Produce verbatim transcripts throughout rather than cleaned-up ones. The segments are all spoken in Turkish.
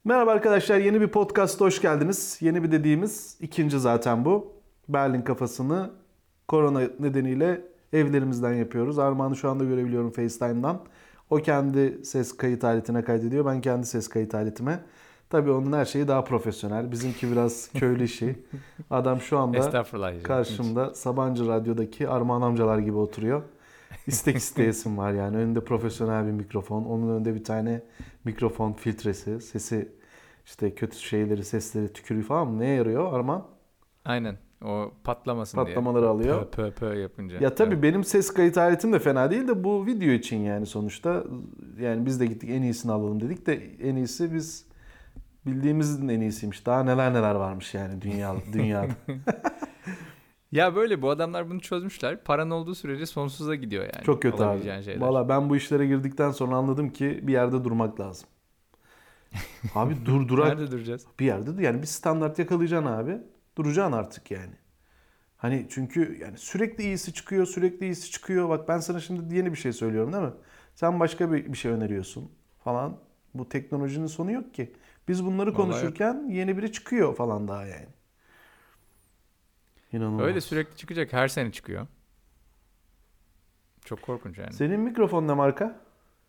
Merhaba arkadaşlar, yeni bir podcast'a hoş geldiniz. Yeni bir dediğimiz ikinci zaten bu. Berlin kafasını korona nedeniyle evlerimizden yapıyoruz. Armağan'ı şu anda görebiliyorum FaceTime'dan. O kendi ses kayıt aletine kaydediyor, ben kendi ses kayıt aletime. Tabii onun her şeyi daha profesyonel. Bizimki biraz köylü işi. Adam şu anda karşımda Sabancı Radyo'daki Armağan amcalar gibi oturuyor. İstek isteyesim var yani. Önünde profesyonel bir mikrofon. Onun önünde bir tane mikrofon filtresi. Sesi işte kötü şeyleri, sesleri, tükürüğü falan mı? Neye yarıyor Armağan? Aynen. O patlamasın Patlamaları diye. alıyor. Pö pö pö yapınca. Ya tabii evet. benim ses kayıt aletim de fena değil de bu video için yani sonuçta. Yani biz de gittik en iyisini alalım dedik de en iyisi biz bildiğimizin en iyisiymiş. Daha neler neler varmış yani dünya, dünyada. Ya böyle bu adamlar bunu çözmüşler. Paran olduğu sürece sonsuza gidiyor yani. Çok kötü abi. Şeyler. Valla ben bu işlere girdikten sonra anladım ki bir yerde durmak lazım. Abi dur durak. Nerede duracağız? Bir yerde yani bir standart yakalayacaksın abi. Duracaksın artık yani. Hani çünkü yani sürekli iyisi çıkıyor, sürekli iyisi çıkıyor. Bak ben sana şimdi yeni bir şey söylüyorum değil mi? Sen başka bir, bir şey öneriyorsun falan. Bu teknolojinin sonu yok ki. Biz bunları Vallahi konuşurken yok. Yeni biri çıkıyor falan daha yani. İnanılmaz. Öyle sürekli çıkacak. Her sene çıkıyor. Çok korkunç yani. Senin mikrofon ne marka?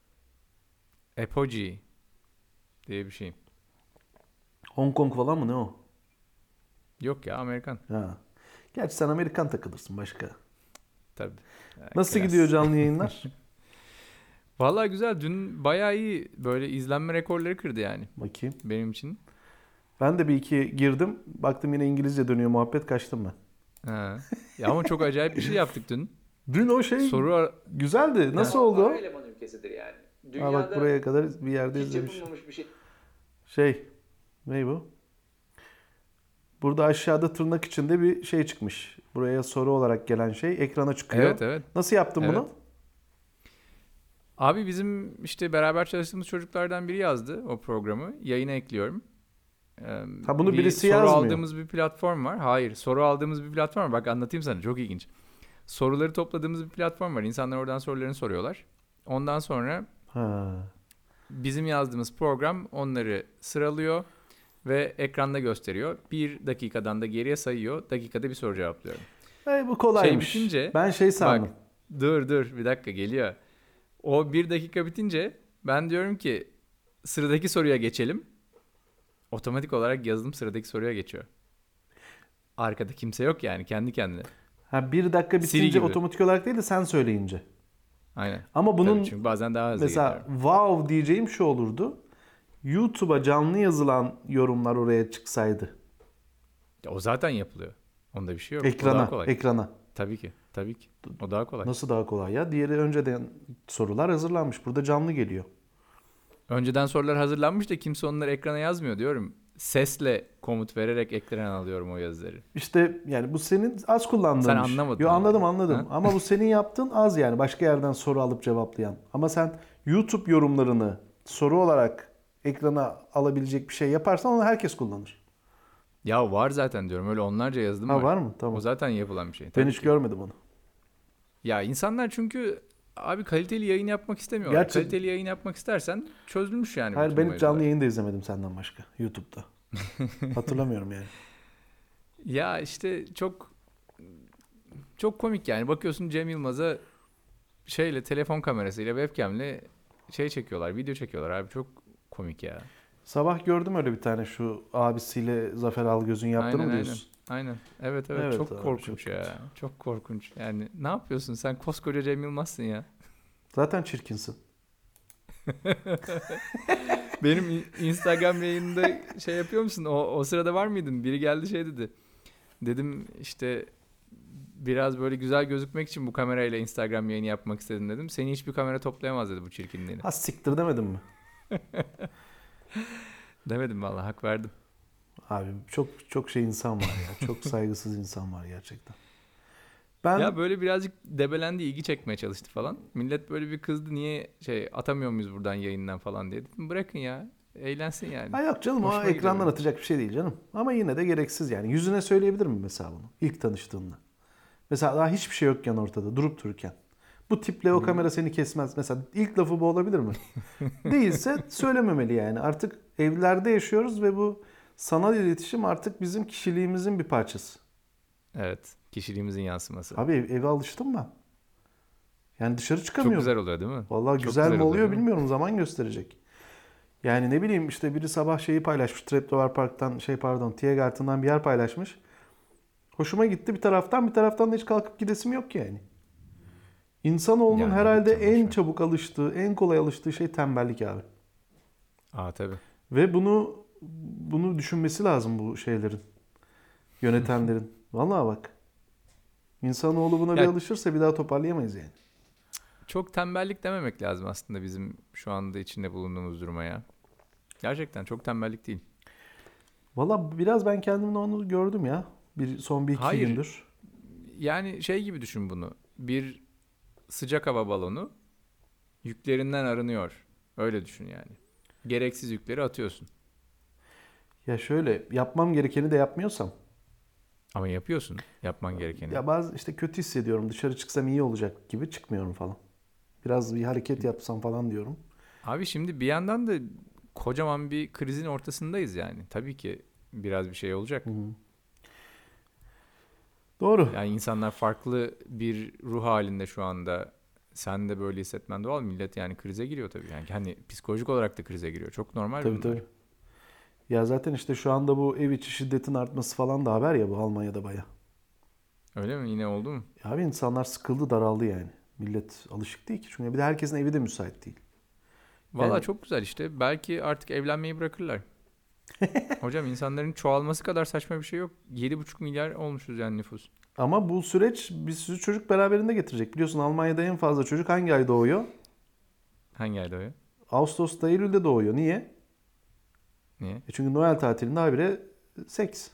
Apogee diye bir şey. Hong Kong falan mı ne o? Yok ya, Amerikan. Ha. Gerçi sen Amerikan takılırsın başka. Tabii. Yani Nasıl klas. gidiyor canlı yayınlar? Vallahi güzel. Dün bayağı iyi böyle izlenme rekorları kırdı yani. Bakayım. Benim için. Ben de bir iki girdim. Baktım yine İngilizce dönüyor muhabbet, kaçtım ben. Ha. Ya ama çok acayip bir şey yaptık dün. Dün o şey Soru ar- güzeldi. Nasıl Ha. oldu? Para eleman ülkesidir yani. Dünyada Ha bak buraya kadar bir yerde hiç izlemiş. yapılmamış bir şey. Şey, ne bu? Burada aşağıda tırnak içinde bir şey çıkmış. Buraya soru olarak gelen şey ekrana çıkıyor. Evet evet. Nasıl yaptın Evet. bunu? Abi bizim işte beraber çalıştığımız çocuklardan biri yazdı o programı. Yayına ekliyorum. Ee, Ha bunu bir birisi soru yazmıyor. aldığımız bir platform var. Hayır, soru aldığımız bir platform var. Bak anlatayım sana, çok ilginç. Soruları topladığımız bir platform var. İnsanlar oradan sorularını soruyorlar. Ondan sonra Ha. bizim yazdığımız program onları sıralıyor ve ekranda gösteriyor. Bir dakikadan da geriye sayıyor. Dakikada bir soru cevaplıyorum. Hey, bu kolaymış. Şey bitince, ben şey sandım. Bak dur dur bir dakika geliyor. O bir dakika bitince ben diyorum ki sıradaki soruya geçelim. Otomatik olarak yazılım sıradaki soruya geçiyor. Arkada kimse yok yani, kendi kendine. Ha bir dakika Siri bitince gibi. otomatik olarak değil de sen söyleyince. Aynen. Ama bunun Tabii çünkü bazen daha hızlı mesela geliyorum. wow diyeceğim şu olurdu. YouTube'a canlı yazılan yorumlar oraya çıksaydı. Ya o zaten yapılıyor. Onda bir şey yok. O Ekrana, daha kolay. ekrana. Tabii ki. Tabii ki. O daha kolay. Nasıl daha kolay ya? Diğeri önceden sorular hazırlanmış. Burada canlı geliyor. Önceden sorular hazırlanmış da kimse onları ekrana yazmıyor diyorum. Sesle komut vererek ekrana alıyorum o yazıları. İşte yani bu senin az kullandığın Sen bir şey. anlamadın Yo, ama. anladım anladım. Ha? Ama bu senin yaptığın az yani. Başka yerden soru alıp cevaplayan. Ama sen YouTube yorumlarını soru olarak ekrana alabilecek bir şey yaparsan onu herkes kullanır. Ya var zaten diyorum. Öyle onlarca yazılım Ha var. var mı? Tamam. O zaten yapılan bir şey. Ben Tabii hiç ki. görmedim onu. Ya insanlar çünkü abi kaliteli yayın yapmak istemiyorlar. Gerçi- Kaliteli yayın yapmak istersen çözülmüş yani. Hayır bütün ben bu hiç canlı mevzular. yayın da izlemedim senden başka. YouTube'da. Hatırlamıyorum yani. Ya işte çok çok komik yani. Bakıyorsun Cem Yılmaz'a şeyle telefon kamerasıyla webcam'le şey çekiyorlar, video çekiyorlar abi, çok komik ya. Sabah gördüm öyle bir tane şu abisiyle Zafer Algöz'ün yaptığını mı Aynen, diyorsun? Aynen. Evet evet, Evet çok abi, korkunç çok ya. kötü. Çok korkunç. Yani ne yapıyorsun sen, koskoca Cem Yılmaz'sın ya. Zaten çirkinsin. Benim in- Instagram yayınında şey yapıyor musun? O, o sırada var mıydın? Biri geldi şey dedi. Dedim işte biraz böyle güzel gözükmek için bu kamerayla Instagram yayını yapmak istedim dedim. Seni hiçbir kamera toplayamaz dedi bu çirkinliğini. Ha siktir demedim mi? Demedim vallahi, hak verdim. Abi çok çok şey insan var ya. Çok saygısız insan var gerçekten. Ben Ya böyle birazcık debelendi, ilgi çekmeye çalıştı falan. Millet böyle bir kızdı, niye şey atamıyor muyuz buradan yayından falan diye. Dedim bırakın ya, eğlensin yani. ha yok canım o Hoşuma gidiyor ekrandan benim. atacak bir şey değil canım. Ama yine de gereksiz yani. Yüzüne söyleyebilir mi mesela bunu? İlk tanıştığında. Mesela daha hiçbir şey yokken ortada durup dururken. Bu tiple o kamera seni kesmez. Mesela ilk lafı bu olabilir mi? Değilse söylememeli yani. Artık evlerde yaşıyoruz ve bu sanal iletişim artık bizim kişiliğimizin bir parçası. Evet. Kişiliğimizin yansıması. Abi ev, eve alıştım ben. Yani dışarı Çok çıkamıyorum. güzel oluyor değil mi? Vallahi Çok güzel mi güzel oluyor, oluyor değil mi? bilmiyorum, zaman gösterecek. Yani ne bileyim işte biri sabah şeyi paylaşmış. Treptower Park'tan şey pardon Tiergarten'dan bir yer paylaşmış. Hoşuma gitti bir taraftan, bir taraftan da hiç kalkıp gidesim yok yani. İnsanoğlunun Yani herhalde gideceğim, boş en ver. çabuk alıştığı, en kolay alıştığı şey tembellik abi. Aa tabii. Ve bunu bunu düşünmesi lazım bu şeylerin, yönetenlerin. Vallahi bak. İnsanoğlu buna bir Ya alışırsa bir daha toparlayamayız yani. çok tembellik dememek lazım aslında bizim şu anda içinde bulunduğumuz duruma ya. Gerçekten çok tembellik değil. Valla biraz ben kendimde onu gördüm ya. Bir son bir iki Hayır. gündür. Yani şey gibi düşün bunu. Bir sıcak hava balonu yüklerinden arınıyor. Öyle düşün yani. Gereksiz yükleri atıyorsun. Ya şöyle yapmam gerekeni de yapmıyorsam, Ama yapıyorsun yapman gerekeni. ya bazı işte kötü hissediyorum, dışarı çıksam iyi olacak gibi çıkmıyorum falan. Biraz bir hareket yapsam falan diyorum. Abi şimdi bir yandan da kocaman bir krizin ortasındayız yani. Tabii ki biraz bir şey olacak. Hı hı. Doğru. Yani insanlar farklı bir ruh halinde şu anda. Sen de böyle hissetmen doğal. Millet yani krize giriyor tabii. Yani hani psikolojik olarak da krize giriyor. Çok normal Tabii bunlar. tabii. Ya zaten işte şu anda bu ev içi şiddetin artması falan da haber ya, bu Almanya'da baya. Öyle mi? Yine oldu mu? Ya abi insanlar sıkıldı, daraldı yani. Millet alışık değil ki. Çünkü bir de herkesin evi de müsait değil. Valla Yani çok güzel işte. Belki artık evlenmeyi bırakırlar. Hocam insanların çoğalması kadar saçma bir şey yok. yedi buçuk milyar olmuşuz yani nüfus. ama bu süreç bir sürü çocuk beraberinde getirecek. Biliyorsun Almanya'da en fazla çocuk hangi ay doğuyor? Hangi ayda o ya? Ağustos'ta, Eylül'de doğuyor. Niye? Niye? E çünkü Noel tatilinde habire seks.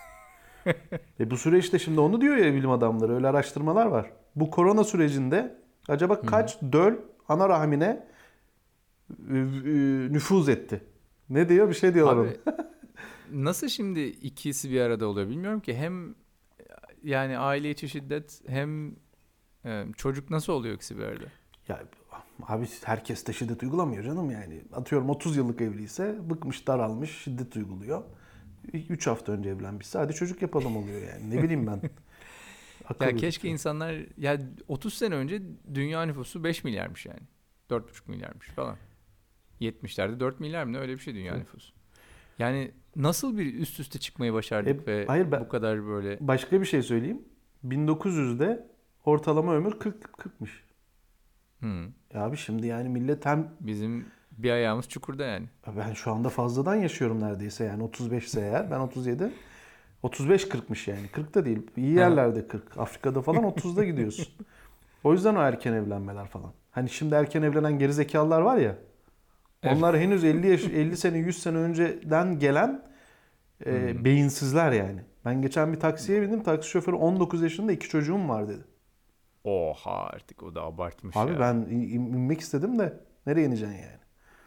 E bu süreçte şimdi onu diyor ya bilim adamları. Öyle araştırmalar var. Bu korona sürecinde acaba Hı hı. kaç döl ana rahmine e, e, nüfuz etti? Ne diyor? Bir şey diyorlar ona. Abi nasıl şimdi ikisi bir arada oluyor bilmiyorum ki. Hem yani aile içi şiddet hem e, çocuk nasıl oluyor ikisi bir arada? Ya abi herkes de şiddet uygulamıyor canım yani. Atıyorum otuz yıllık evliyse bıkmış, daralmış, şiddet uyguluyor. üç hafta önce evlenmişse hadi çocuk yapalım oluyor yani. Ne bileyim ben. Akıl Ya keşke yürütüyor. insanlar ya otuz sene önce dünya nüfusu beş milyarmış yani. dört buçuk milyarmış falan. yetmişlerde dört milyar mı ne öyle bir şey dünya Evet. nüfusu. Yani nasıl bir üst üste çıkmayı E, başardık ve hayır ben bu kadar böyle başka bir şey söyleyeyim. bin dokuz yüzde ortalama ömür kırk kırkmış. hmm, Ya abi şimdi yani millet hem bizim bir ayağımız çukurda yani. ben şu anda fazladan yaşıyorum neredeyse yani otuz beş ise eğer ben otuz yedi. otuz beş kırkmış yani. kırk da değil. İyi yerlerde kırk. Afrika'da falan otuzda gidiyorsun. O yüzden o erken evlenmeler falan. Hani şimdi erken evlenen gerizekalılar var ya. Evet. Onlar henüz elli yaş elli sene yüz sene önceden gelen e, Hmm. beyinsizler yani. Ben geçen bir taksiye bindim. Taksi şoförü on dokuz yaşında iki çocuğum var dedi. Oha artık o da abartmış Abi ya. ben in- in- inmek istedim de nereye ineceksin yani?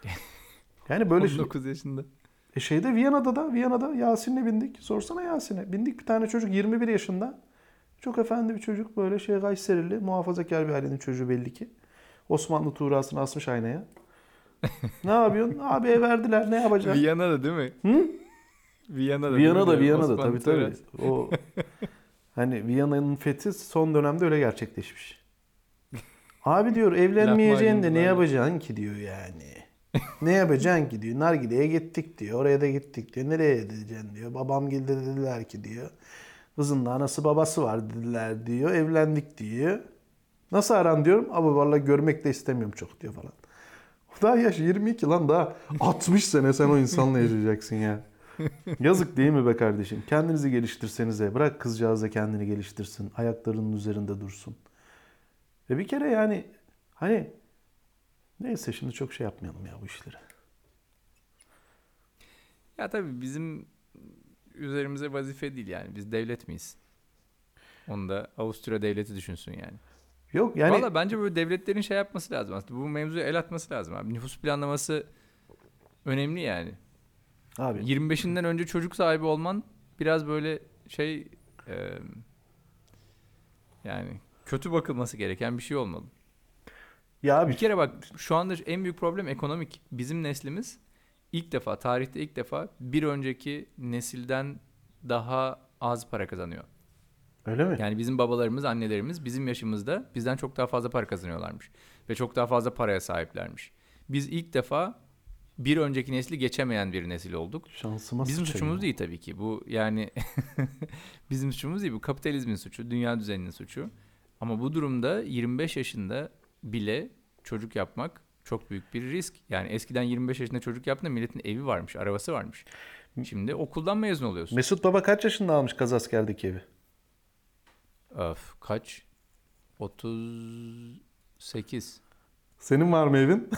Yani böyle on şey, dokuz yaşında. e şeyde Viyana'da da Viyana'da Yasin'le bindik. Sorsana Yasin'e. Bindik bir tane çocuk yirmi bir yaşında. Çok efendi bir çocuk böyle şey Kayserili, muhafazakar bir ailenin çocuğu belli ki. Osmanlı tuğrasını asmış aynaya. Ne yapıyorsun? Abi ev verdiler, ne yapacaksın? Viyana'da değil mi? Hı? Viyana'da değil mi Viyana'da, diyorum. Viyana'da Osmanlı tabii tabii. Turas. O hani Viyana'nın fethi son dönemde öyle gerçekleşmiş. Abi diyor evlenmeyeceksin de ne Lahmacuncularla. yapacaksın ki diyor yani. Ne yapacaksın ki diyor. Nargile'ye gittik diyor. Oraya da gittik diyor. Nereye edeceksin diyor. Babam geldi dediler ki diyor. Kızın da anası babası var dediler diyor. Evlendik diyor. Nasıl aran diyorum. Abi vallahi görmek de istemiyorum çok diyor falan. Daha yaş yirmi iki lan, daha altmış sene sen o insanla yaşayacaksın ya. Yazık değil mi be kardeşim? Kendinizi geliştirsenize. Bırak kızcağız da kendini geliştirsin. Ayaklarının üzerinde dursun. Ve bir kere yani hani neyse şimdi çok şey yapmayalım ya bu işleri. Ya tabii bizim üzerimize vazife değil yani. Biz devlet miyiz? Onu da Avusturya devleti düşünsün yani. Yok yani Valla bence böyle devletlerin şey yapması lazım aslında. Bu mevzuya el atması lazım abi. Nüfus planlaması önemli yani. abi yirmi beşinden önce çocuk sahibi olman biraz böyle şey e, yani kötü bakılması gereken bir şey olmalı. ya abi Bir kere bak şu anda en büyük problem ekonomik. Bizim neslimiz ilk defa, tarihte ilk defa bir önceki nesilden daha az para kazanıyor. Öyle mi? Yani bizim babalarımız, annelerimiz bizim yaşımızda bizden çok daha fazla para kazanıyorlarmış. Ve çok daha fazla paraya sahiplermiş. Biz ilk defa bir önceki nesli geçemeyen bir nesil olduk. Şansıma Bizim sıçayım. suçumuz değil tabii ki. Bu yani bizim suçumuz değil. Bu kapitalizmin suçu, dünya düzeninin suçu. Ama bu durumda yirmi beş yaşında bile çocuk yapmak çok büyük bir risk. Yani eskiden yirmi beş yaşında çocuk yaptığında milletin evi varmış, arabası varmış. Şimdi okuldan mezun oluyorsun. Mesut Baba kaç yaşında almış Kazasker'deki evi? Öf, kaç? otuz sekiz. Senin var mı evin?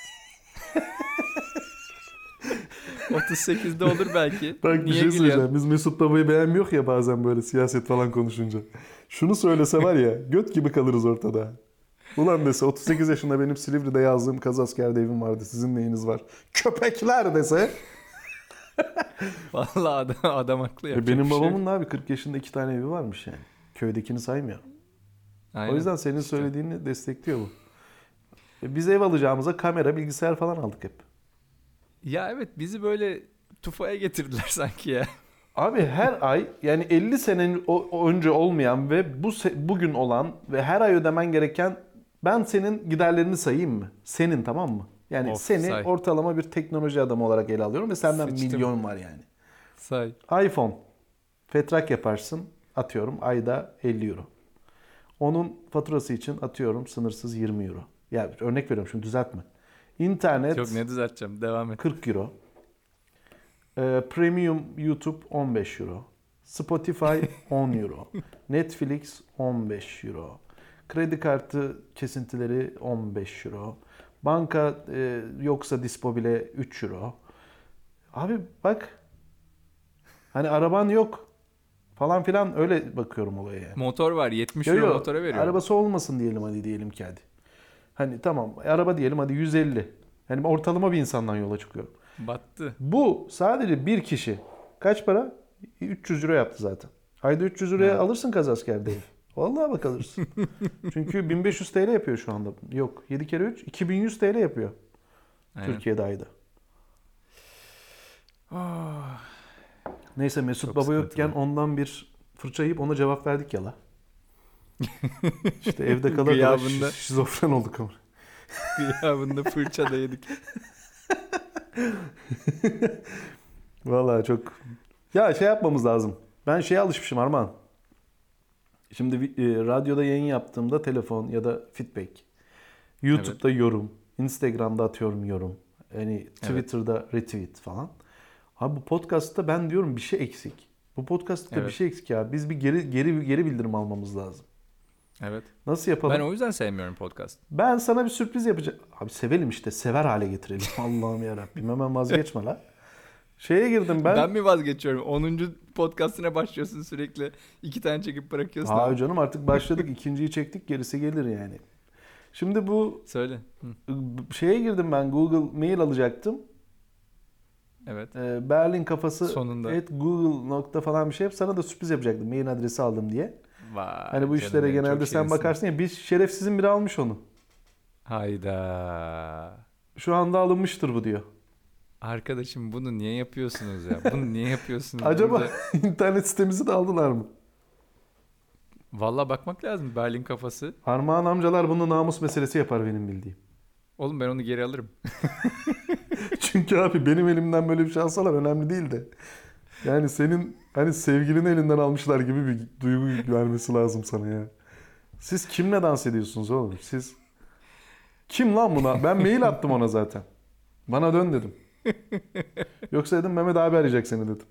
otuz sekizde olur belki. Bak bir Niye şey gülüyorsun? söyleyeceğim. Biz Mesut Baba'yı beğenmiyor ya bazen böyle siyaset falan konuşunca. Şunu söylese var ya göt gibi kalırız ortada. Ulan dese otuz sekiz yaşında benim Silivri'de yazdığım Kazasker'de evim vardı. Sizin neyiniz var? Köpekler dese. Vallahi adam, adam haklı. E yapacak benim bir şey yok. babamın da abi kırk yaşında iki tane evi varmış yani. Köydekini saymıyor. Aynen. O yüzden senin İşte. söylediğini destekliyor bu. E biz ev alacağımıza kamera, bilgisayar falan aldık hep. Ya evet, bizi böyle tufaya getirdiler sanki ya. Abi her ay yani elli sene o- önce olmayan ve bu se- bugün olan ve her ay ödemen gereken, ben senin giderlerini sayayım mı? Senin, tamam mı? Yani Of, seni say. ortalama bir teknoloji adamı olarak ele alıyorum ve senden Sıçtım. milyon var yani. Say. iPhone. Fetrak yaparsın, atıyorum ayda elli euro. Onun faturası için atıyorum sınırsız yirmi euro. Ya örnek veriyorum, şimdi düzeltme. İnternet Yok, ne düzelteceğim, devam et. kırk euro. Ee, Premium YouTube on beş euro. Spotify on euro. Netflix on beş euro. Kredi kartı kesintileri on beş euro. Banka e, yoksa dispo bile üç euro. Abi bak. Hani araban yok falan filan, öyle bakıyorum olaya yani. Motor var, yetmiş Yo, euro yo, motora veriyorum. arabası olmasın diyelim, hadi diyelim ki hadi. Hani tamam araba diyelim hadi yüz elli. Yani ortalama bir insandan yola çıkıyorum. Battı. Bu sadece bir kişi. Kaç para? üç yüz euro yaptı zaten. Ayda üç yüz euroya Evet. alırsın Kazasker'de ev. Vallahi bak alırsın. Çünkü bin beş yüz T L yapıyor şu anda. Yok yedi kere üç iki bin yüz T L yapıyor. Aynen. Türkiye'de ayda. Oh, Neyse Mesut Çok Baba sıkıntılı. yokken ondan bir fırça yiyip ona cevap verdik ya la. İşte evde kala kala Gıyabında. şiz- şizofren olduk ama. gıyabında fırça da yedik. Vallahi çok... Ya şey yapmamız lazım. Ben şeye alışmışım Armağan. Şimdi e, radyoda yayın yaptığımda telefon ya da feedback. YouTube'da yorum. Instagram'da atıyorum yorum. Yani Twitter'da retweet falan. Abi bu podcast'ta ben diyorum bir şey eksik. Bu podcast'ta Evet. bir şey eksik ya. Biz bir geri geri geri bildirim almamız lazım. Evet. Nasıl yapalım? Ben Ben, o yüzden sevmiyorum podcast. sana bir sürpriz yapacağım. Abi sevelim işte. Sever hale getirelim. Allah'ım yarabbim. Hemen vazgeçme la. Şeye girdim ben. Ben, mi vazgeçiyorum? onuncu podcast'ine başlıyorsun sürekli. İki tane çekip bırakıyorsun. Hayır canım artık başladık. İkinciyi çektik. Gerisi gelir yani. Şimdi bu Söyle. Hı. şeye girdim ben. Google mail alacaktım. Evet. Ee, Berlin kafası Sonunda. et google nokta falan bir şey yap. Sana da sürpriz yapacaktım. Mail adresi aldım diye. Vay, Hani bu canım işlere benim, genelde çok sen şirinsin. bakarsın ya. Bir şerefsizin biri almış onu. Hayda. Şu anda alınmıştır bu diyor. Arkadaşım bunu niye yapıyorsunuz ya? Bunu niye yapıyorsunuz? Acaba Burada? internet sitemizi de aldılar mı? Vallahi bakmak lazım, Berlin kafası. Armağan amcalar bunu namus meselesi yapar benim bildiğim. Oğlum ben onu geri alırım. Çünkü abi benim elimden böyle bir şey alsalar önemli değil de. Yani senin hani sevgilini elinden almışlar gibi bir duygu vermesi lazım sana ya. Siz kimle dans ediyorsunuz oğlum? Siz kim lan buna? Ben mail attım ona zaten. Bana dön dedim. Yoksa dedim Mehmet abi arayacak seni dedim.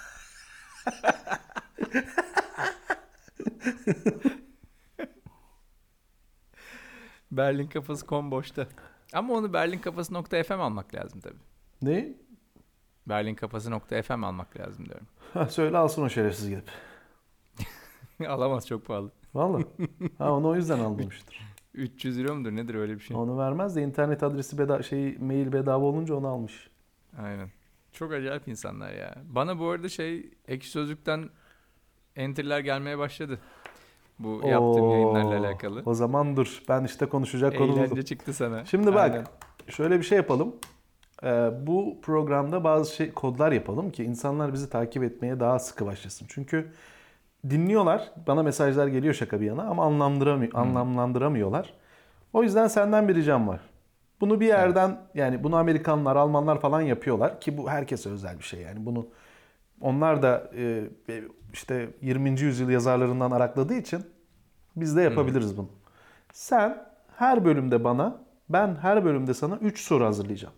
Berlin kafası komboşta. Ama onu berlin kafası nokta f m almak lazım tabii. Ne? berlin kafası nokta f m almak lazım diyorum. Ha, söyle alsın o şerefsiz gidip. Alamaz, çok pahalı. Vallahi. Ha onu o yüzden almamıştır. üç yüz euro mudur nedir öyle bir şey? Onu vermez de internet adresi bedava, şey mail bedava olunca onu almış. Aynen. Çok acayip insanlar ya. Bana bu arada şey Ekşi Sözlük'ten enter'ler gelmeye başladı. Bu yaptığım Oo, yayınlarla alakalı. O zaman dur. Ben işte konuşacak konu buldum. Eğlence çıktı sana. Şimdi bak. Aynen. Şöyle bir şey yapalım. Ee, bu programda bazı şey kodlar yapalım ki insanlar bizi takip etmeye daha sıkı başlasın. Çünkü dinliyorlar, bana mesajlar geliyor şaka bir yana ama anlamlandıramıyor, Hmm. anlamlandıramıyorlar. O yüzden senden bir ricam var. Bunu bir yerden yani bunu Amerikanlar, Almanlar falan yapıyorlar ki bu herkese özel bir şey yani bunu onlar da e, işte yirminci yüzyıl yazarlarından arakladığı için biz de yapabiliriz bunu. Sen her bölümde bana, ben her bölümde sana üç soru hazırlayacağım.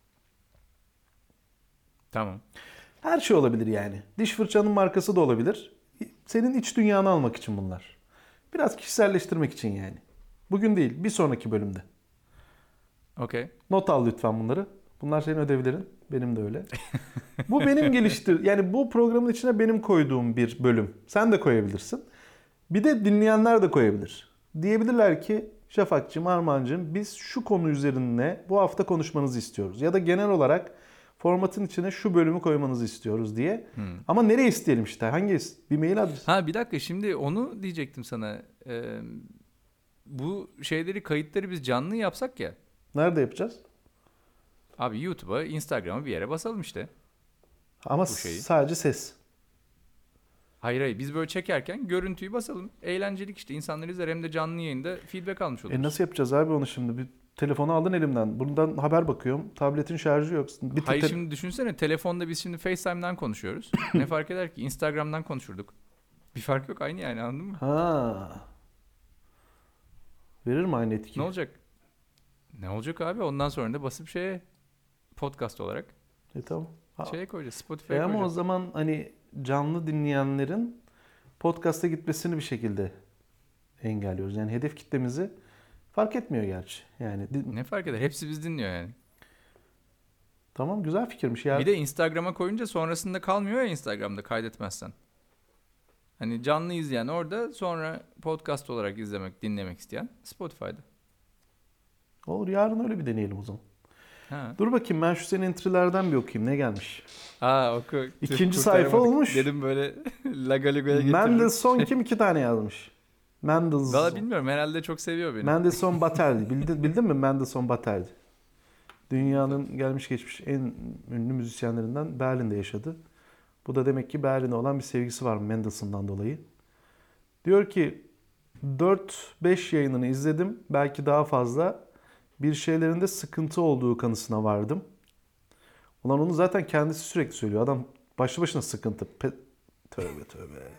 Tamam. Her şey olabilir yani. Diş fırçanın markası da olabilir. Senin iç dünyanı almak için bunlar. Biraz kişiselleştirmek için yani. Bugün değil, bir sonraki bölümde. Okey. Not al lütfen bunları. Bunlar senin ödevlerin. Benim de öyle. Bu benim geliştir, yani bu programın içine benim koyduğum bir bölüm. Sen de koyabilirsin. Bir de dinleyenler de koyabilir. Diyebilirler ki Şafakcığım, Armancığım biz şu konu üzerine bu hafta konuşmanızı istiyoruz. Ya da genel olarak formatın içine şu bölümü koymanızı istiyoruz diye. Hmm. Ama nereye isteyelim işte? Hangi bir mail adresi? Ha bir dakika şimdi onu diyecektim sana. Ee, bu şeyleri kayıtları biz canlı yapsak ya. Nerede yapacağız? Abi YouTube'a, Instagram'a bir yere basalım işte. Ama Bu şeyi. sadece ses. Hayır hayır biz böyle çekerken görüntüyü basalım. Eğlencelik işte insanlar izler hem de canlı yayında feedback almış oluruz. E nasıl yapacağız abi onu şimdi? Bir telefonu aldın elimden. Bundan haber bakıyorum. Tabletin şarjı yok. Bir Hayır te- şimdi düşünsene telefonda biz şimdi FaceTime'dan konuşuyoruz. Ne fark eder ki Instagram'dan konuşurduk. Bir fark yok aynı yani anladın mı? Ha. Verir mi aynı etki? Ne olacak? Ne olacak abi? Ondan sonra da basıp şeye podcast olarak E tamam. Ha. şeye koyacağız. Spotify'a E ama o koyacağız. zaman hani canlı dinleyenlerin podcast'a gitmesini bir şekilde engelliyoruz. Yani hedef kitlemizi fark etmiyor gerçi. Yani di- Ne fark eder? Hepsi biz dinliyor yani. tamam güzel fikirmiş ya. Bir de Instagram'a koyunca sonrasında kalmıyor ya Instagram'da kaydetmezsen. Hani canlı izleyen orada sonra podcast olarak izlemek, dinlemek isteyen Spotify'da. Olur yarın öyle bir deneyelim o zaman. Ha. Dur bakayım ben şu senin entry'lerden bir okuyayım ne gelmiş. Aa oku. İkinci sayfa olmuş. Dedim böyle laga luga'ya getiririm. Mendelssohn kim iki tane yazmış. Mendelssohn. Valla bilmiyorum herhalde çok seviyor beni. Mendelssohn Bartholdy. Bildin, bildin mi Mendelssohn Bartholdy? Dünyanın gelmiş geçmiş en ünlü müzisyenlerinden Berlin'de yaşadı. Bu da demek ki Berlin'e olan bir sevgisi var Mendelssohn'dan dolayı. Diyor ki dört beş yayınını izledim. Belki daha fazla. Bir şeylerinde sıkıntı olduğu kanısına vardım. Ulan onu zaten kendisi sürekli söylüyor. Adam başlı başına sıkıntı. Pe- tövbe tövbe.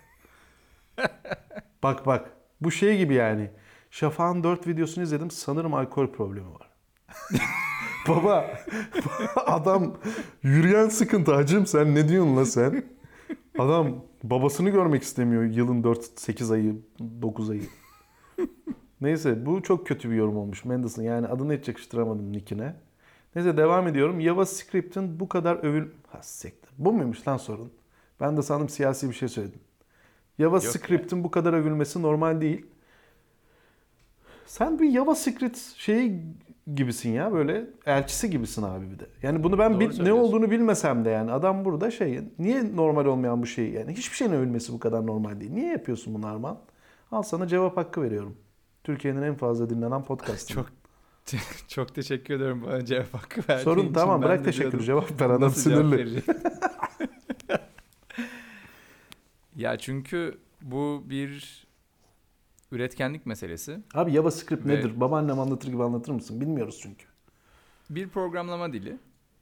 Bak bak. Bu şey gibi yani. Şafak'ın dört videosunu izledim. Sanırım alkol problemi var. Baba adam yürüyen sıkıntı hacım sen ne diyorsun la sen? Adam babasını görmek istemiyor yılın dört sekiz ayı dokuz ayı. Neyse bu çok kötü bir yorum olmuş Mendelssohn. Yani adını hiç yakıştıramadım nickine. Neyse devam ediyorum. JavaScript'in bu kadar övül... Ha siktir. Bu muymuş lan sorun? Ben de sandım siyasi bir şey söyledim. JavaScript'in bu kadar övülmesi normal değil. Sen bir JavaScript şeyi gibisin ya böyle elçisi gibisin abi bir de. Yani bunu ben Doğru bil- ne söylüyorsun. olduğunu bilmesem de yani adam burada şey niye normal olmayan bu şey yani hiçbir şeyin övülmesi bu kadar normal değil. Niye yapıyorsun bunu Arman? Al sana cevap hakkı veriyorum. Türkiye'nin en fazla dinlenen podcast'ı. Çok çok teşekkür ediyorum bana cevap hakkı verdiğin Sorun için. tamam Ben bırak de teşekkür diyordum, cevap ver adam nasıl cevap sinirli. verecek? Ya çünkü bu bir üretkenlik meselesi. Abi JavaScript Ve- nedir? Babaannem anlatır gibi anlatır mısın? Bilmiyoruz çünkü. Bir programlama dili.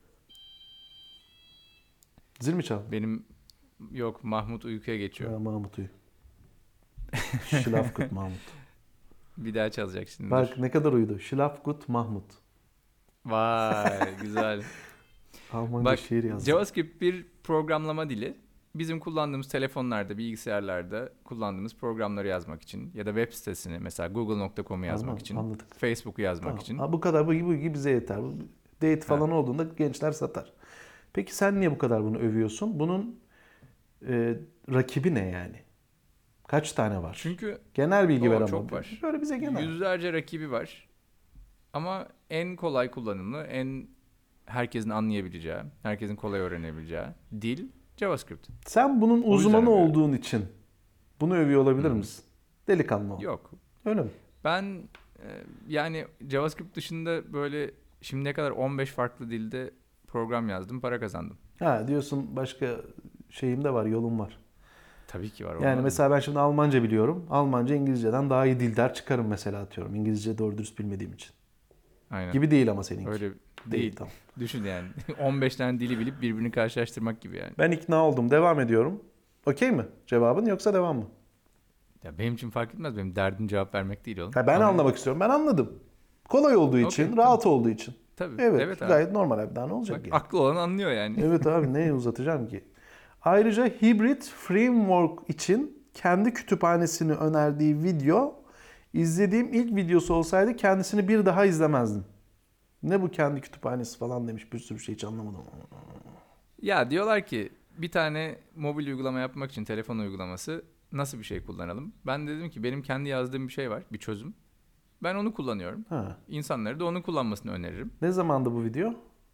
Zil mi çaldın? Benim yok Mahmut uykuya geçiyor. Ha, Mahmut uyu. Şilafkut Mahmut. Bir daha çalacak şimdi. Bak dur. ne kadar uyudu. Şilafkut Mahmut. Vay güzel. Almanca Bak şiir yazdı. JavaScript bir programlama dili. Bizim kullandığımız telefonlarda, bilgisayarlarda kullandığımız programları yazmak için ya da web sitesini mesela google nokta com'u yazmak Tamam, için, anladık. Facebook'u yazmak Tamam. için. Ha, bu kadar bu, bu gibi bize yeter. Bu Date falan olduğunda gençler satar. Peki sen niye bu kadar bunu övüyorsun? Bunun e, rakibi ne yani? Kaç tane var? Çünkü Genel bilgi Oo, ver ama. çok var. Böyle bize genel. yüzlerce rakibi var. Ama en kolay kullanımlı, en herkesin anlayabileceği, herkesin kolay öğrenebileceği dil JavaScript. Sen bunun yüzden uzmanı övüyorum. olduğun için bunu övüyor olabilir Hı. misin? Delikanlı ol. Yok. Öyle mi? Ben e, yani JavaScript dışında böyle şimdiye kadar on beş farklı dilde program yazdım, para kazandım. Ha diyorsun başka şeyim de var, yolum var. Tabii ki var. Yani olmaz mı? mesela ben şimdi Almanca biliyorum. Almanca İngilizceden daha iyi dildar çıkarım mesela atıyorum. İngilizce doğru dürüst bilmediğim için. Aynen. Gibi değil ama seninki. Öyle Değil, değil. tamam. Düşün yani. on beş tane dili bilip birbirini karşılaştırmak gibi yani. Ben ikna oldum. Devam ediyorum. Okey mi cevabın yoksa devam mı? Ya benim için fark etmez. Benim derdim cevap vermek değil oğlum. Ha, ben Ama- anlamak istiyorum. Ben anladım. Kolay olduğu için, Okey, rahat olduğu için. Tabii. Evet, Evet abi. gayet normal abi. Daha ne olacak Bak, yani? aklı olan anlıyor yani. Evet abi, neyi uzatacağım ki? Ayrıca Hybrid Framework için kendi kütüphanesini önerdiği video, izlediğim ilk videosu olsaydı kendisini bir daha izlemezdim. Ne bu kendi kütüphanesi falan demiş, bir sürü şey hiç anlamadım. Ya diyorlar ki bir tane mobil uygulama yapmak için telefon uygulaması nasıl bir şey kullanalım? Ben de dedim ki benim kendi yazdığım bir şey var, bir çözüm. Ben onu kullanıyorum. Ha. İnsanları da onu kullanmasını öneririm. Ne zamandı bu video?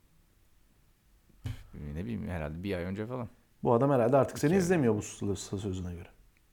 Ne bileyim herhalde bir ay önce falan. Bu adam herhalde artık seni İki ay. izlemiyor bu sözüne göre.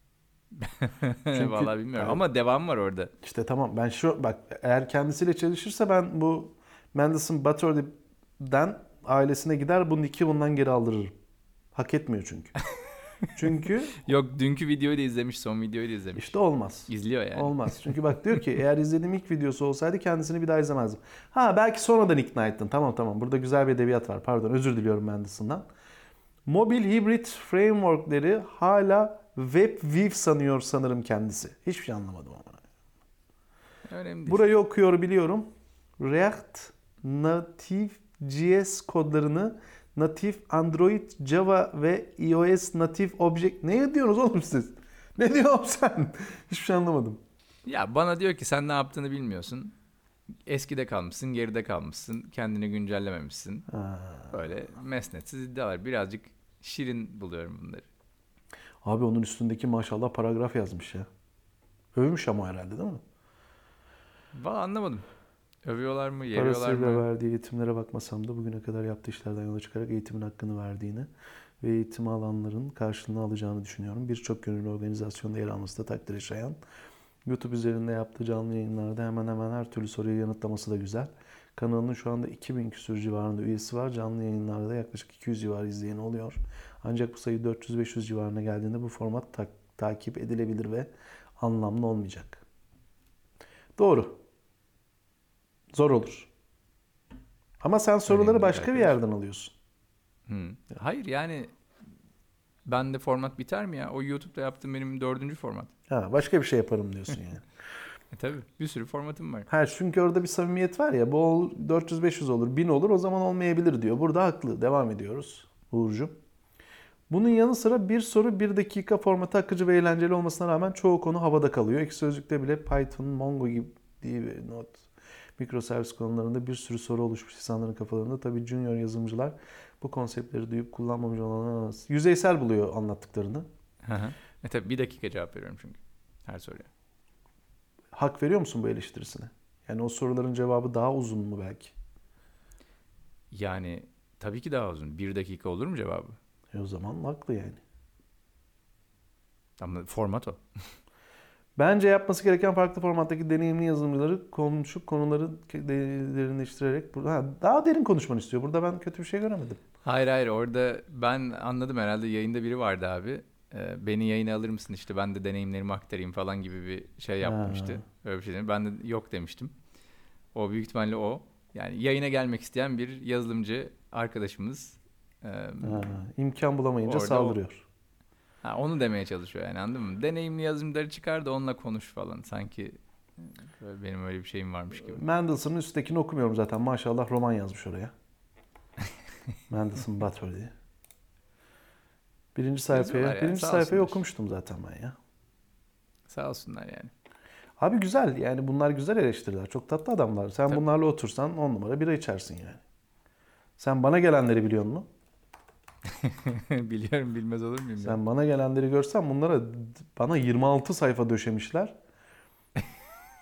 Çünkü- Vallahi bilmiyorum Evet. ama devam var orada. İşte tamam, ben şu bak, eğer kendisiyle çalışırsa ben bu Mendelsohn Butterworth'den ailesine gider, bu Nick'i bundan geri aldırırım. Hak etmiyor çünkü. Çünkü Yok dünkü videoyu da izlemiş, son videoyu da izlemiş. işte olmaz. İzliyor yani. Olmaz. Çünkü bak diyor ki eğer izlediğim ilk videosu olsaydı kendisini bir daha izlemezdim. Ha belki sonradan ikna ettin. Tamam tamam, burada güzel bir edebiyat var. Pardon, özür diliyorum Mendelssohn'dan. Mobil hibrit framework'leri hala WebView sanıyor sanırım kendisi. Hiçbir şey anlamadım ama. Önemli değil. Burayı okuyor biliyorum. React Native.js kodlarını Native Android, Java ve iOS Native Object... Ne diyorsunuz oğlum siz? Ne diyorsun sen? Hiçbir şey anlamadım. Ya bana diyor ki sen ne yaptığını bilmiyorsun. Eskide kalmışsın, geride kalmışsın. Kendini güncellememişsin. Ha. Böyle mesnetsiz iddialar. Birazcık şirin buluyorum bunları. Abi onun üstündeki maşallah paragraf yazmış ya. Övmüş ama herhalde değil mi? Valla anlamadım. Övüyorlar mı, yeriyorlar Parasıyla mı? verdiği eğitimlere bakmasam da bugüne kadar yaptığı işlerden yola çıkarak eğitimin hakkını verdiğini ve eğitim alanların karşılığını alacağını düşünüyorum. Birçok gönüllü organizasyonda yer alması da takdir şayan. YouTube üzerinde yaptığı canlı yayınlarda hemen hemen her türlü soruyu yanıtlaması da güzel. Kanalının şu anda iki bin küsur civarında üyesi var. Canlı yayınlarda yaklaşık iki yüz civarı izleyen oluyor. Ancak bu sayı dört yüz beş yüz civarına geldiğinde bu format ta- takip edilebilir ve anlamlı olmayacak. Doğru. Zor olur. Ama sen soruları Önemli başka bir arkadaş. yerden alıyorsun. Hı. Hayır yani bende format biter mi ya? O YouTube'da yaptığım benim dördüncü format. Ha, başka bir şey yaparım diyorsun yani. E tabii bir sürü formatım var. Ha, çünkü orada bir samimiyet var ya, bu ol- dört yüz beş yüz olur, bin olur, o zaman olmayabilir diyor. Burada haklı. Devam ediyoruz Uğurcuğum. Bunun yanı sıra bir soru bir dakika formatı akıcı ve eğlenceli olmasına rağmen çoğu konu havada kalıyor. Ekşi Sözlük'te bile Python, Mongo gibi diye bir not, mikroservis konularında bir sürü soru oluşmuş insanların kafalarında. Tabii junior yazılımcılar bu konseptleri duyup kullanmamış olanlar yüzeysel buluyor anlattıklarını. Hı hı. E tabii bir dakika cevap veriyorum çünkü her soruya. Hak veriyor musun bu eleştirisine? Yani o soruların cevabı daha uzun mu belki? Yani tabii ki daha uzun. Bir dakika olur mu cevabı? E o zaman haklı yani. Ama format o. Bence yapması gereken farklı formattaki deneyimli yazılımcıları konuşup konuları derinleştirerek ha, daha derin konuşmanı istiyor. Burada ben kötü bir şey göremedim. Hayır hayır orada ben anladım herhalde yayında biri vardı abi. Ee, beni yayına alır mısın işte ben de deneyimlerimi aktarayım falan gibi bir şey yapmıştı. Ha. Öyle bir şey değil mi? Ben de yok demiştim. O büyük ihtimalle o. Yani yayına gelmek isteyen bir yazılımcı arkadaşımız. Ee, Ha, imkan bulamayınca Orada saldırıyor. ha, onu demeye çalışıyor yani anladın mı? Deneyimli yazılımcıları çıkar da onunla konuş falan. Sanki böyle benim öyle bir şeyim varmış gibi. Mendelssohn'un üsttekini okumuyorum zaten. Maşallah roman yazmış oraya. Mendelssohn Butler diye. Birinci sayfaya, Yazıyorlar ya, birinci sağ sayfayı olsunlar. okumuştum zaten ben ya. Sağ olsunlar yani. Abi güzel yani, bunlar güzel eleştiriler. Çok tatlı adamlar. Sen Tabii. bunlarla otursan on numara bira içersin yani. Sen bana gelenleri biliyor musun? Biliyorum bilmez olur muyum ya? Sen bana gelenleri görsen bunlara bana yirmi altı sayfa döşemişler.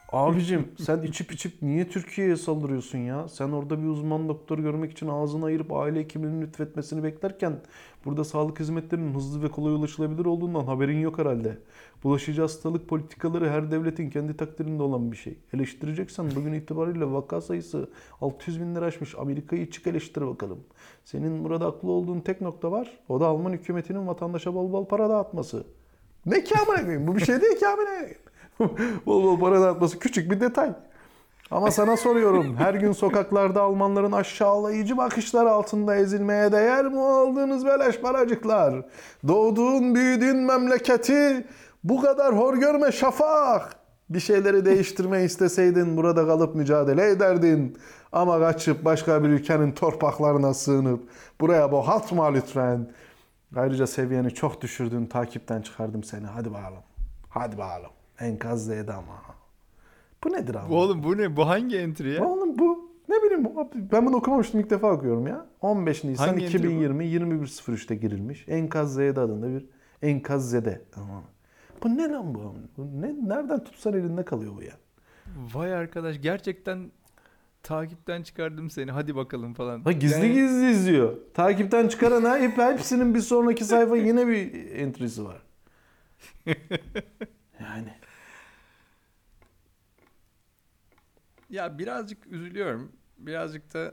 Abicim sen içip içip niye Türkiye'ye saldırıyorsun ya? Sen orada bir uzman doktor görmek için ağzını ayırıp aile hekiminin lütfetmesini beklerken burada sağlık hizmetlerinin hızlı ve kolay ulaşılabilir olduğundan haberin yok herhalde. Bulaşıcı hastalık politikaları her devletin kendi takdirinde olan bir şey. Eleştireceksen bugün itibariyle vaka sayısı altı yüz binleri aşmış. Amerika'yı çık eleştir bakalım. Senin burada haklı olduğun tek nokta var. O da Alman hükümetinin vatandaşa bol bol para dağıtması. Ne ki amına koyayım? Bu bir şey değil ki amına koyayım. Bol bol para dağıtması küçük bir detay. Ama sana soruyorum. Her gün sokaklarda Almanların aşağılayıcı bakışlar altında ezilmeye değer mi aldığınız beleş paracıklar? Doğduğun, büyüdüğün memleketi bu kadar hor görme Şafak. Bir şeyleri değiştirmeyi isteseydin burada kalıp mücadele ederdin. Ama kaçıp başka bir ülkenin torpaklarına sığınıp buraya boğaltma lütfen. Ayrıca seviyeni çok düşürdün. Takipten çıkardım seni. Hadi bakalım. Hadi bakalım. Enkaz Z'de ama. Bu nedir abi? Oğlum bu ne? Bu hangi entry ya? Oğlum bu ne bileyim abi, ben bunu okumamıştım, ilk defa okuyorum ya. on beş Nisan Hangi entry iki bin yirmi yirmi bir sıfır üçte girilmiş. Enkaz Z'de adında bir Enkaz Z'de. Ama bu ne lan bu? Bu ne, nereden tutsan elinde kalıyor bu ya. Vay arkadaş, gerçekten takipten çıkardım seni. Hadi bakalım falan. Ha, gizli Yani- gizli izliyor. Takipten çıkaran ha, hep hepsinin bir sonraki sayfa yine bir entry'si var. Yani. Ya birazcık üzülüyorum. Birazcık da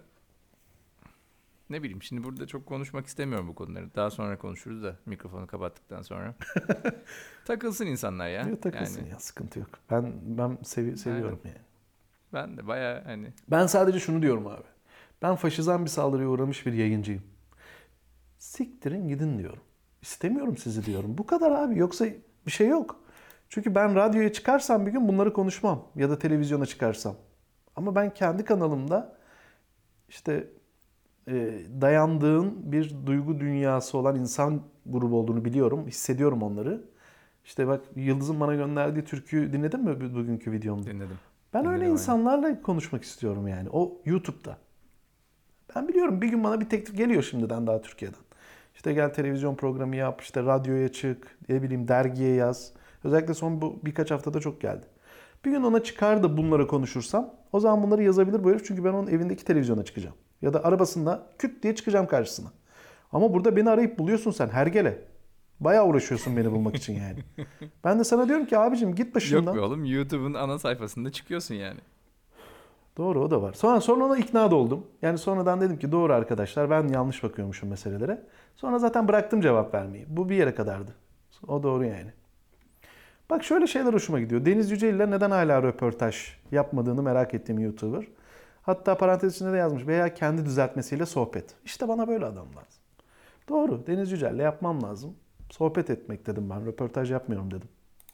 ne bileyim, şimdi burada çok konuşmak istemiyorum bu konuları. Daha sonra konuşuruz da mikrofonu kapattıktan sonra. Takılsın insanlar ya. Yok, takılsın Yani ya, sıkıntı yok. Ben ben sevi seviyorum yani. ben de bayağı hani Ben sadece şunu diyorum abi. Ben faşizan bir saldırıya uğramış bir yayıncıyım. Siktirin gidin diyorum. İstemiyorum sizi diyorum. Bu kadar abi. Yoksa bir şey yok. Çünkü ben radyoya çıkarsam bir gün bunları konuşmam. Ya da televizyona çıkarsam. Ama ben kendi kanalımda işte e, dayandığın bir duygu dünyası olan insan grubu olduğunu biliyorum. Hissediyorum onları. İşte bak, Yıldız'ın bana gönderdiği türküyü dinledin mi bu- bugünkü videomda? dinledim. Ben Dinledim, öyle aynen. insanlarla konuşmak istiyorum yani. O YouTube'da. Ben biliyorum bir gün bana bir teklif geliyor şimdiden daha Türkiye'den. İşte gel televizyon programı yap, işte radyoya çık, ne bileyim dergiye yaz. Özellikle son bu birkaç haftada çok geldi. Bir gün ona çıkar da bunları konuşursam o zaman bunları yazabilir bu herif. Çünkü ben onun evindeki televizyona çıkacağım. Ya da arabasında küt diye çıkacağım karşısına. Ama burada beni arayıp buluyorsun sen hergele. Bayağı uğraşıyorsun beni bulmak için yani. Ben de sana diyorum ki abicim git başımdan. Yok be oğlum, YouTube'un ana sayfasında çıkıyorsun yani. Doğru, o da var. Sonra sonra ona ikna da oldum. Yani sonradan dedim ki doğru arkadaşlar, ben yanlış bakıyormuşum meselelere. Sonra zaten bıraktım cevap vermeyi. Bu bir yere kadardı. O doğru yani. Bak şöyle şeyler hoşuma gidiyor. Deniz Yücel ile neden hala röportaj yapmadığını merak ettiğim YouTuber. Hatta parantez içinde de yazmış veya kendi düzeltmesiyle sohbet. İşte bana böyle adam lazım. Doğru, Deniz Yücel'le yapmam lazım. Sohbet etmek dedim ben. Röportaj yapmıyorum dedim.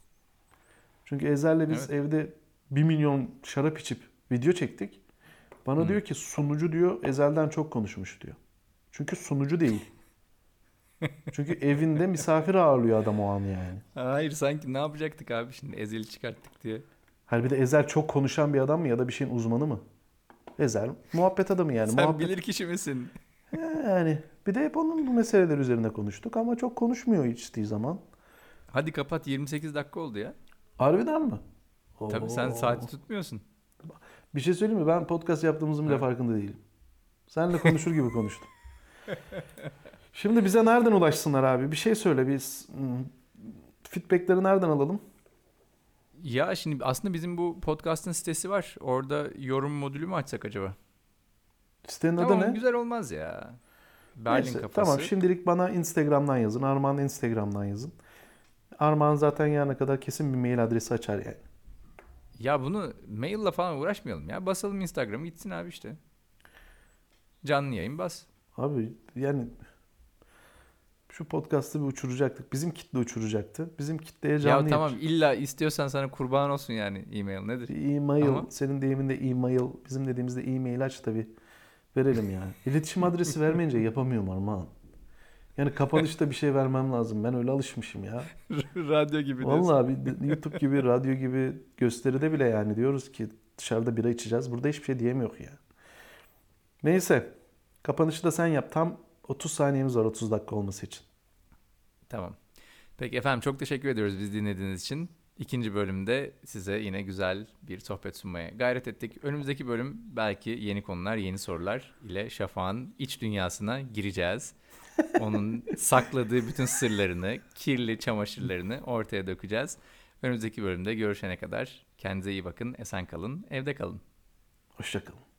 Çünkü Ezer'le biz Evet. evde bir milyon şarap içip video çektik. Bana Hı. diyor ki sunucu diyor Ezel'den çok konuşmuş diyor. Çünkü sunucu değil. Çünkü evinde misafir ağırlıyor adam o an yani. Hayır, sanki ne yapacaktık abi şimdi, Ezeli çıkarttık diye. Her bir de Ezel çok konuşan bir adam mı ya da bir şeyin uzmanı mı? Ezel muhabbet adamı yani. Sen muhabbet... bilir kişi misin? Yani bir de hep onun bu meseleler üzerine konuştuk ama çok konuşmuyor içtiği zaman. Hadi kapat, yirmi sekiz dakika oldu ya. Harbiden mi? Tabii sen Oo. saati tutmuyorsun. Bir şey söyleyeyim mi? Ben podcast yaptığımızın bile Ha. farkında değilim. Seninle konuşur gibi konuştum. Şimdi bize nereden ulaşsınlar abi? Bir şey söyle. Biz hmm, feedbackleri nereden alalım? Ya şimdi aslında bizim bu podcast'ın sitesi var. Orada yorum modülü mü açsak acaba? Sitenin adı Tamam, ne? güzel olmaz ya. Berlin Neyse, kafası. tamam, şimdilik bana Instagram'dan yazın. Armağan Instagram'dan yazın. Armağan zaten yarına kadar kesin bir mail adresi açar yani. Ya bunu maille falan uğraşmayalım ya. Basalım Instagram'a, gitsin abi işte. Canlı yayın bas. Abi yani şu podcast'ı bir uçuracaktık. Bizim kitle uçuracaktı. Bizim kitleye canlı Ya tamam, yayın- illa istiyorsan sana kurban olsun yani, e-mail nedir? E-mail, Ama- senin deyiminde e-mail, bizim dediğimizde e-mail aç tabii. Verelim yani. İletişim adresi vermeyince yapamıyorum Armağan. Yani kapanışta bir şey vermem lazım. Ben öyle alışmışım ya. Radyo gibi diyorsun. Vallahi bir YouTube gibi, radyo gibi gösteride bile yani diyoruz ki dışarıda bira içeceğiz. Burada hiçbir şey diyemiyor ya. Neyse. Kapanışı da sen yap. Tam otuz saniyemiz var otuz dakika olması için. Tamam. Peki efendim, çok teşekkür ediyoruz bizi dinlediğiniz için. İkinci bölümde size yine güzel bir sohbet sunmaya gayret ettik. Önümüzdeki bölüm belki yeni konular, yeni sorular ile Şafak'ın iç dünyasına gireceğiz. Onun sakladığı bütün sırlarını, kirli çamaşırlarını ortaya dökeceğiz. Önümüzdeki bölümde görüşene kadar kendinize iyi bakın, esen kalın, evde kalın. Hoşça kalın.